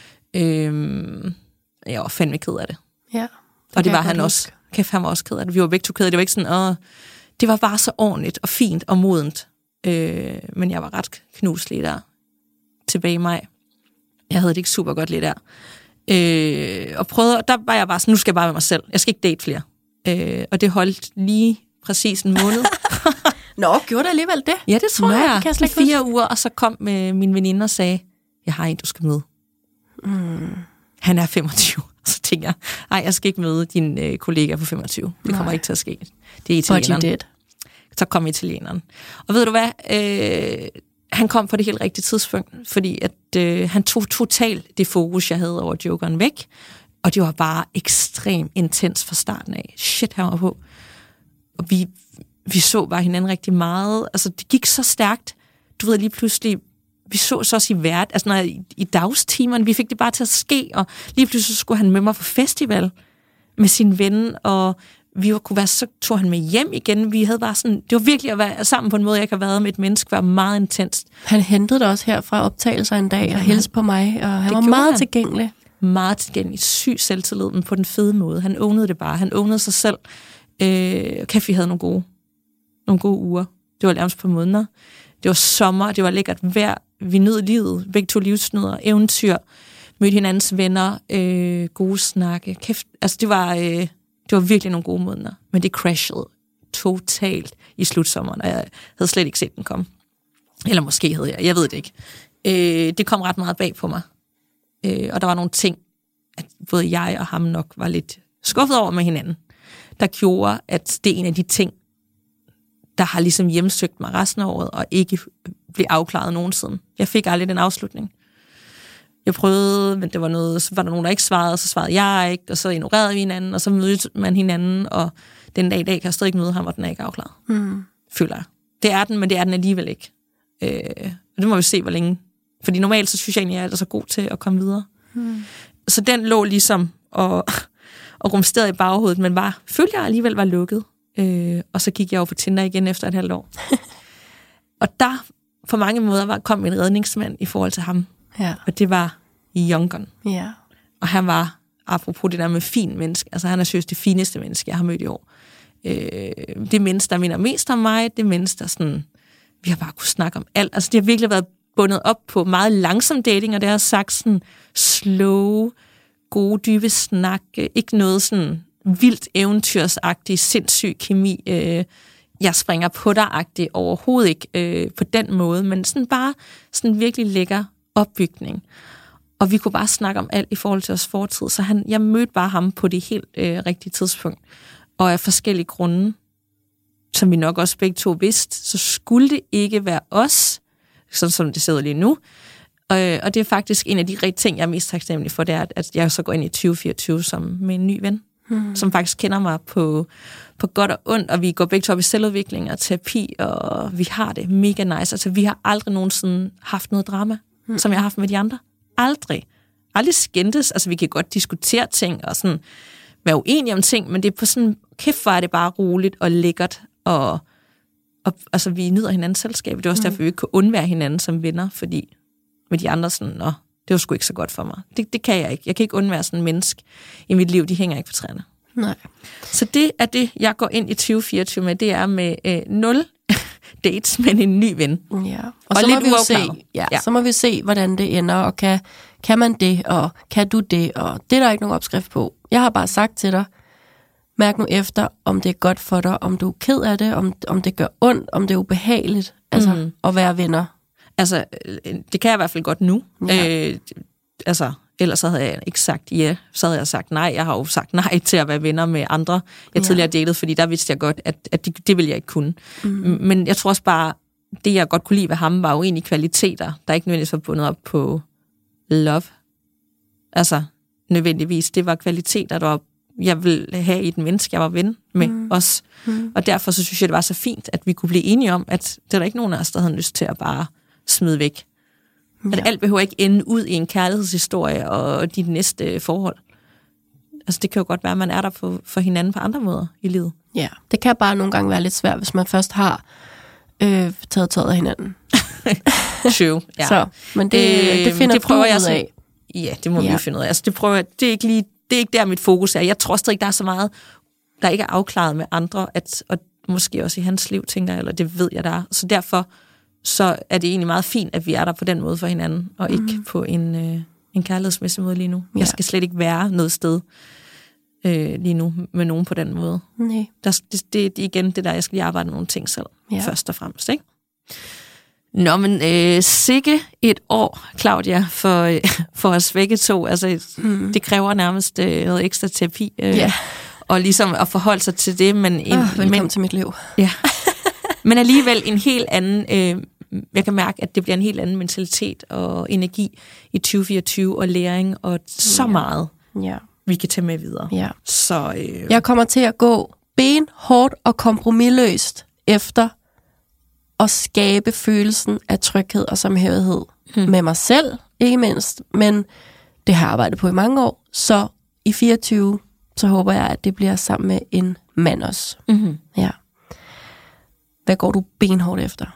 Øhm, jeg var fandme ked af det. Ja, det og det var han også. Kæft, han var også ked af det. Vi var begge to ked af det. Det var ikke sådan, åh, det var bare så ordentligt og fint og modent. Øh, men jeg var ret knust lige der tilbage i maj. Jeg havde det ikke super godt lige der. Øh, og prøvede, der var jeg bare sådan, nu skal jeg bare være mig selv. Jeg skal ikke date flere. Øh, og det holdt lige præcis en måned. Nå, gjorde det alligevel det? Ja, det tror Nå, jeg. Det kan jeg fire uger, og så kom med min veninde og sagde, jeg har en, du skal møde. Mm. Han er femogtyve. Så tænker jeg, nej, jeg skal ikke møde din øh, kollega på femogtyve. Det kommer nej. ikke til at ske. Det er italieneren. Så kom italieneren. Og ved du hvad? Øh, han kom på det helt rigtige tidspunkt, fordi at, øh, han tog totalt det fokus, jeg havde over jokeren væk. Og det var bare ekstremt intens fra starten af. Shit, han var på. Og vi, vi så bare hinanden rigtig meget. Altså, det gik så stærkt. Du ved, lige pludselig, vi så så også i hvert, altså når, i, i dagstimerne, vi fik det bare til at ske, og lige pludselig skulle han med mig på festival med sin ven, og vi var, kunne være, så tog han med hjem igen. Vi havde bare sådan, det var virkelig at være sammen på en måde, jeg ikke har været med et menneske, var meget intenst. Han hentede dig også her fra optagelser en dag, og hilste på mig, og han det var meget han. tilgængelig. Meget tilgængelig, syg selvtillid, men på den fede måde. Han ownede det bare, han ownede sig selv. Øh, kæft, vi havde nogle gode, nogle gode uger. Det var nærmest på måneder. Det var sommer, det var lækkert vejr. Vi nød livet, begge to livsnyder, eventyr, mødte hinandens venner, øh, gode snakke. Kæft, altså det var, øh, det var virkelig nogle gode måneder. Men det crashede totalt i slutsommeren, og jeg havde slet ikke set den komme. Eller måske havde jeg, jeg ved det ikke. Øh, det kom ret meget bag på mig. Øh, og der var nogle ting, at både jeg og ham nok var lidt skuffet over med hinanden, der gjorde, at det er en af de ting, der har ligesom hjemsøgt mig resten af året, og ikke blev afklaret nogensinde. Jeg fik aldrig den afslutning. Jeg prøvede, men det var noget, så var der nogen, der ikke svarede, og så svarede jeg ikke, og så ignorerede vi hinanden, og så mødte man hinanden, og den dag i dag kan jeg stadig ikke møde ham, og den er ikke afklaret. Mm. Føler jeg. Det er den, men det er den alligevel ikke. Øh, og det må vi se, hvor længe. Fordi normalt, så synes jeg egentlig, at jeg er så god til at komme videre. Mm. Så den lå ligesom og, og rumsterede i baghovedet, men var, følte jeg alligevel var lukket. Øh, og så gik jeg over på Tinder igen efter et halvt år. Og der, på mange måder, var, kom en redningsmand i forhold til ham. Ja. Og det var Jungon. Ja. Og han var, apropos det der med fin menneske, altså han er seriøst det fineste menneske, jeg har mødt i år. Øh, det menneske, der minder mest om mig, det menneske, der sådan, vi har bare kunnet snakke om alt. Altså det har virkelig været bundet op på meget langsom dating, og det har sagt sådan slow, gode, dybe snak, ikke noget sådan vildt eventyrsagtig, sindssyg kemi, øh, jeg springer på dig-agtig overhovedet ikke øh, på den måde, men sådan bare sådan virkelig lækker opbygning. Og vi kunne bare snakke om alt i forhold til os fortid, så han, jeg mødte bare ham på det helt øh, rigtige tidspunkt. Og af forskellige grunde, som vi nok også begge to vidste, så skulle det ikke være os, sådan som det sidder lige nu. Og, og det er faktisk en af de rigtige ting, jeg er mest taknemmelig for, det er, at jeg så går ind i tyve fireogtyve som med en ny ven, hmm. som faktisk kender mig på, på godt og ondt, og vi går begge to op i selvudvikling og terapi, og vi har det mega nice. Altså, vi har aldrig nogensinde haft noget drama, hmm. som jeg har haft med de andre. Aldrig. Aldrig skændtes. Altså, vi kan godt diskutere ting og sådan være uenige om ting, men det er på sådan, kæft, hvor er det bare roligt og lækkert, og, og altså, vi nyder hinandens selskab. Det er også hmm. derfor, vi ikke kan undvære hinanden som venner, fordi med de andre sådan, nå, det var sgu ikke så godt for mig. Det, det kan jeg ikke. Jeg kan ikke undvære sådan en menneske i mit liv, de hænger ikke på træerne. Nej. Så det er det, jeg går ind i tyve fireogtyve med, det er med øh, nul dates, men en ny ven. Ja. Og, og så, må vi se, ja, ja. så må vi se, hvordan det ender, og kan, kan man det, og kan du det, og det er der ikke nogen opskrift på. Jeg har bare sagt til dig, mærk nu efter, om det er godt for dig, om du er ked af det, om, om det gør ondt, om det er ubehageligt, altså mm. at være venner. Altså, det kan jeg i hvert fald godt nu. Ja. Øh, altså, ellers så havde jeg ikke sagt ja, så havde jeg sagt nej. Jeg har jo sagt nej til at være venner med andre, jeg ja. tidligere datede, fordi der vidste jeg godt, at, at det, det ville jeg ikke kunne. Mm. Men jeg tror også bare, det jeg godt kunne lide ved ham, var jo egentlig kvaliteter, der ikke nødvendigvis var bundet op på love. Altså, nødvendigvis. Det var kvaliteter, der var, jeg ville have i den menneske, jeg var ven med mm. os. Mm. Og derfor så synes jeg, det var så fint, at vi kunne blive enige om, at det er der ikke nogen af os, der havde lyst til at bare smide væk. Ja. At alt behøver ikke ende ud i en kærlighedshistorie og dit næste forhold. Altså, det kan jo godt være, at man er der for, for hinanden på andre måder i livet. Ja, det kan bare nogle gange være lidt svært, hvis man først har øh, taget tøjet af hinanden. True, ja. Så, men det, øh, det finder det prøver du jeg ud af. Ja, det må ja. vi finde ud af. Altså, det, prøver, det, er ikke lige, det er ikke der, mit fokus er. Jeg tror stadig, der er så meget, der ikke er afklaret med andre, at, og måske også i hans liv, tænker jeg, eller det ved jeg, der er. Så derfor så er det egentlig meget fint, at vi er der på den måde for hinanden, og ikke mm. på en, øh, en kærlighedsmæssig måde lige nu. Ja. Jeg skal slet ikke være noget sted øh, lige nu med nogen på den måde. Nej. Der, det, det, det er igen det der, jeg skal lige arbejde med nogle ting selv, ja. først og fremmest, ikke? Nå, men øh, sikke et år, Claudia, for, øh, for os begge to. Altså, mm. det kræver nærmest øh, noget ekstra terapi, øh, yeah. og ligesom at forholde sig til det. Men en, oh, velkommen men, til mit liv. Ja. Men alligevel en helt anden, øh, jeg kan mærke, at det bliver en helt anden mentalitet og energi i tyve fireogtyve, og læring, og så yeah. meget, yeah. vi kan tage med videre. Yeah. Så, øh, jeg kommer til at gå benhårdt og kompromisløst efter at skabe følelsen af tryghed og samhørighed hmm. med mig selv, ikke mindst, men det har jeg arbejdet på i mange år, så i fireogtyve, så håber jeg, at det bliver sammen med en mand også. Mm-hmm. Ja. Hvad går du benhårdt efter?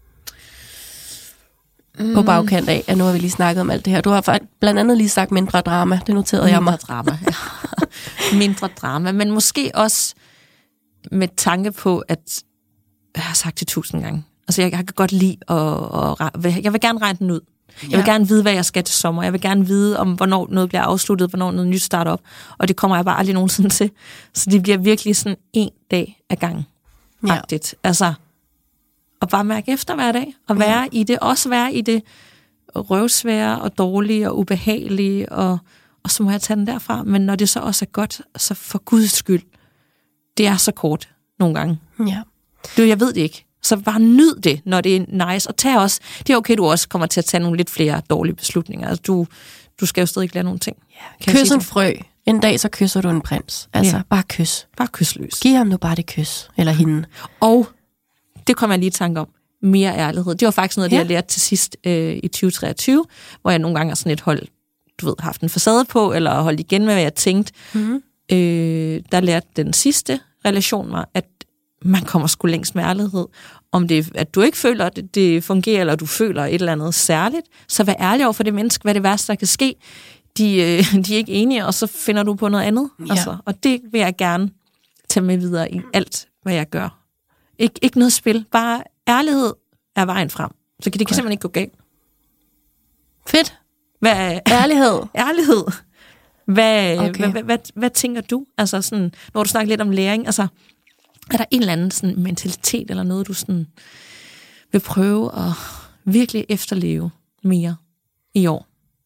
Mm. På bagkant af, at nu har vi lige snakket om alt det her. Du har faktisk blandt andet lige sagt mindre drama, det noterede mindre jeg mig. Drama, ja. Mindre drama, men måske også med tanke på, at jeg har sagt det tusind gange. Altså, jeg, jeg kan godt lide at, at... Jeg vil gerne regne den ud. Jeg vil ja. gerne vide, hvad jeg skal til sommer. Jeg vil gerne vide, om hvornår noget bliver afsluttet, hvornår noget nyt starter op. Og det kommer jeg bare aldrig nogensinde til. Så det bliver virkelig sådan en dag ad gangen. Ja. Altså, at bare mærke efter hver dag. Og være ja. i det. Også være i det røvsvære og dårlige og ubehagelige. Og, og så må jeg tage den derfra. Men når det så også er godt, så for Guds skyld. Det er så kort nogle gange. Ja. Det, jeg ved det ikke. Så bare nyd det, når det er nice. Og tag også, det er okay, du også kommer til at tage nogle lidt flere dårlige beslutninger. Altså, du, du skal jo stadig ikke lære nogle ting. Ja. Kys en frø. En dag, så kysser du en prins. Altså, ja. bare kys. Bare kys løs. Giv ham nu bare det kys. Eller hende. Og det kommer jeg lige i tanke om. Mere ærlighed. Det var faktisk noget, ja. det jeg lærte til sidst øh, i tyve treogtyve, hvor jeg nogle gange har sådan et hold, du ved, haft en facade på, eller holdt igen med, hvad jeg tænkte. Mm-hmm. Øh, der lærte den sidste relation mig, at man kommer sgu længst med ærlighed. Om det at du ikke føler, at det fungerer, eller du føler et eller andet særligt, så vær ærlig over for det menneske, hvad det værste, der kan ske. De, øh, de er ikke enige, og så finder du på noget andet. Ja. Altså, og det vil jeg gerne tage med videre i alt, hvad jeg gør. Ik- ikke noget spil, bare ærlighed er vejen frem. Så det kan okay. simpelthen ikke gå galt. Fedt. Hvad, ærlighed. ærlighed. Hvad, okay. hvad, hvad, hvad, hvad tænker du? Altså sådan, når du snakker lidt om læring, altså er der en eller anden sådan mentalitet, eller noget, du sådan vil prøve at virkelig efterleve mere i år?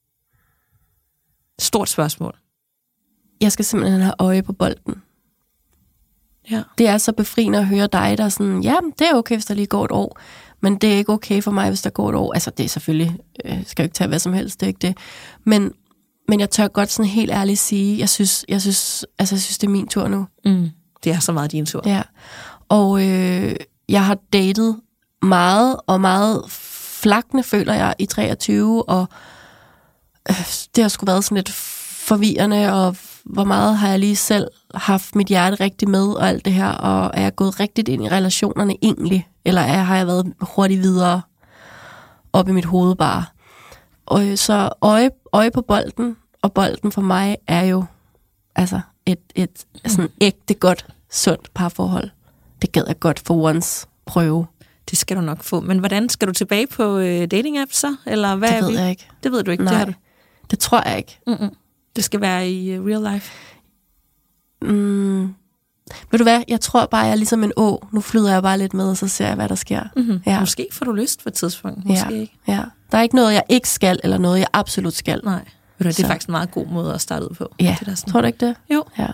Stort spørgsmål. Jeg skal simpelthen have øje på bolden. Ja. Det er så befriende at høre dig, der er sådan, ja, det er okay, hvis der lige går et år, men det er ikke okay for mig, hvis der går et år. Altså, det er selvfølgelig, øh, skal jo ikke tage hvad som helst, det er ikke det. Men, men jeg tør godt sådan helt ærligt sige, jeg synes, jeg synes, altså, jeg synes det er min tur nu. Mm. Det er så meget din tur. Ja, og øh, jeg har datet meget, og meget flakkende, føler jeg, i treogtyve, og øh, det har sgu været sådan lidt forvirrende, og hvor meget har jeg lige selv haft mit hjerte rigtig med, og alt det her, og er jeg gået rigtigt ind i relationerne egentlig, eller er, har jeg været hurtigt videre op i mit hoved bare. Og øh, så øje, øje på bolden, og bolden for mig er jo altså et, et sådan ægte godt, sundt parforhold. Det gad jeg godt for once prøve. Det skal du nok få. Men hvordan skal du tilbage på øh, dating-apps så? Eller hvad det ved jeg ikke. Det ved du ikke, Nej, det har du. Det tror jeg ikke. Mm-mm. Det skal være i uh, real life. Mm. Ved du hvad? Jeg tror bare, jeg er ligesom en å. Nu flyder jeg bare lidt med, og så ser jeg, hvad der sker. Mm-hmm. Ja. Måske får du lyst på et tidspunkt. Måske ja. ikke. Ja. Der er ikke noget, jeg ikke skal, eller noget, jeg absolut skal. Nej. Ved du, det er faktisk en meget god måde at starte ud på. Ja, det der sådan. Tror du ikke det? Jo. Ja.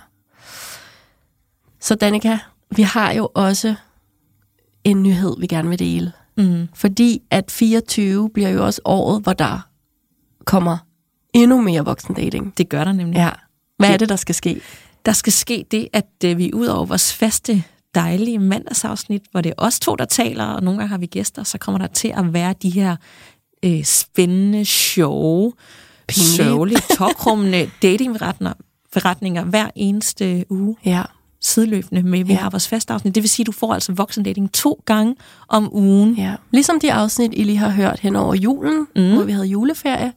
Så Danika, vi har jo også en nyhed, vi gerne vil dele. Mm. Fordi at fireogtyve bliver jo også året, hvor der kommer endnu mere voksendating. Det gør der nemlig. Ja. Hvad er det, der skal ske? Der skal ske det, at øh, vi ud over vores faste, dejlige mandagsafsnit, hvor det er os to, der taler, og nogle gange har vi gæster, så kommer der til at være de her øh, spændende, sjove, sørgelige, tokrummende datingretner beretninger hver eneste uge. Ja. Sideløbende med, vi Ja. har vores faste afsnit. Det vil sige, at du får altså voksendating to gange om ugen. Ja. Ligesom de afsnit, I lige har hørt hen over julen, mm. hvor vi havde juleferie,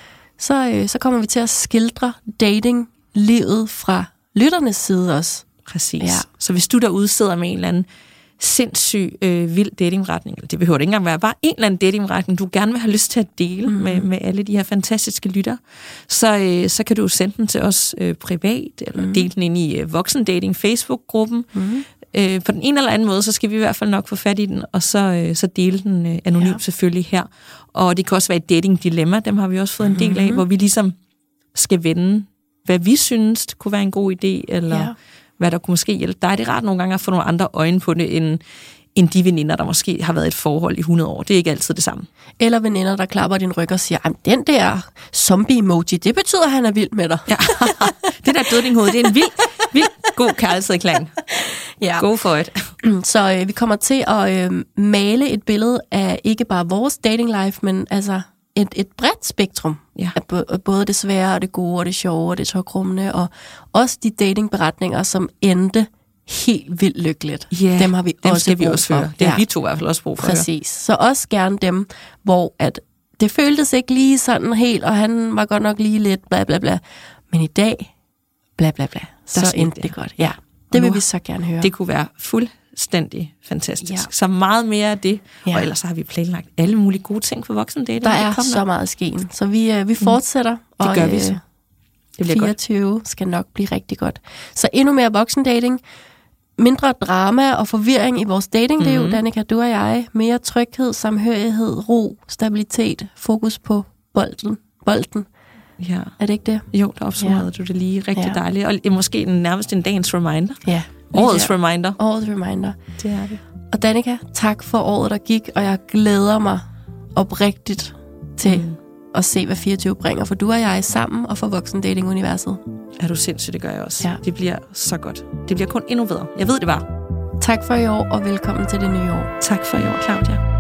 så, øh, så kommer vi til at skildre dating-livet fra lytternes side også. Præcis. Ja. Så hvis du derude sidder med en eller anden sindssyg, øh, vild datingretning, eller det behøver det ikke engang være, bare en eller anden datingretning, du gerne vil have lyst til at dele mm. med, med alle de her fantastiske lytter, så, øh, så kan du sende den til os øh, privat, eller mm. dele den ind i øh, voksendating Facebook-gruppen. Mm. Øh, på den ene eller anden måde, så skal vi i hvert fald nok få fat i den, og så, øh, så dele den øh, anonymt ja. selvfølgelig her. Og det kan også være et dating-dilemma, dem har vi også fået en del af, mm. hvor vi ligesom skal vende, hvad vi synes det kunne være en god idé, eller ja. hvad der kunne måske hjælpe dig. Det er rart nogle gange at få nogle andre øjne på det, end, end de veninder, der måske har været i et forhold i hundrede år. Det er ikke altid det samme. Eller veninder, der klapper din ryg og siger, den der zombie-emoji, det betyder, at han er vild med dig. Ja. Det der dødninghoved, det er en vild, vild god kærlighedserklæring. Ja. Go for it. Så øh, vi kommer til at øh, male et billede af ikke bare vores dating life, men altså et, et bredt spektrum. Ja. Af både det svære og det gode og det sjove og det tåkrummende, og også de datingberetninger, som endte helt vildt lykkeligt. Yeah, dem har vi dem også skal vi brug også for. høre. Det har ja. vi to i hvert fald også brug for. Præcis. Så også gerne dem, hvor at det føltes ikke lige sådan helt, og han var godt nok lige lidt bla bla bla. Men i dag, bla bla bla, så endte det. det godt. Ja, det vil vi så gerne høre. Det kunne være fuldstændig fantastisk. Ja. Så meget mere af det. Ja. Og ellers har vi planlagt alle mulige gode ting for voksendating. Der er så meget skeen. Så vi, øh, vi fortsætter. Mm. Det gør og, vi så. Det bliver fireogtyve godt. Skal nok blive rigtig godt. Så endnu mere voksendating. Mindre drama og forvirring i vores datingliv, mm-hmm. Danika, du og jeg. Mere tryghed, samhørighed, ro, stabilitet, fokus på bolden. bolden. Ja. Er det ikke det? Jo, der opsummerede ja. du det lige rigtig ja. dejligt. Og måske nærmest en dagens reminder. Ja. Årets der. reminder. Årets reminder. Det er det. Og Danika, tak for året, der gik, og jeg glæder mig oprigtigt til mm. at se, hvad fireogtyve bringer, for du og jeg er sammen og for voksendating-universet. Er du sindssygt, det gør jeg også. Ja. Det bliver så godt. Det bliver kun endnu bedre. Jeg ved det bare. Tak for i år, og velkommen til det nye år. Tak for i år, Claudia.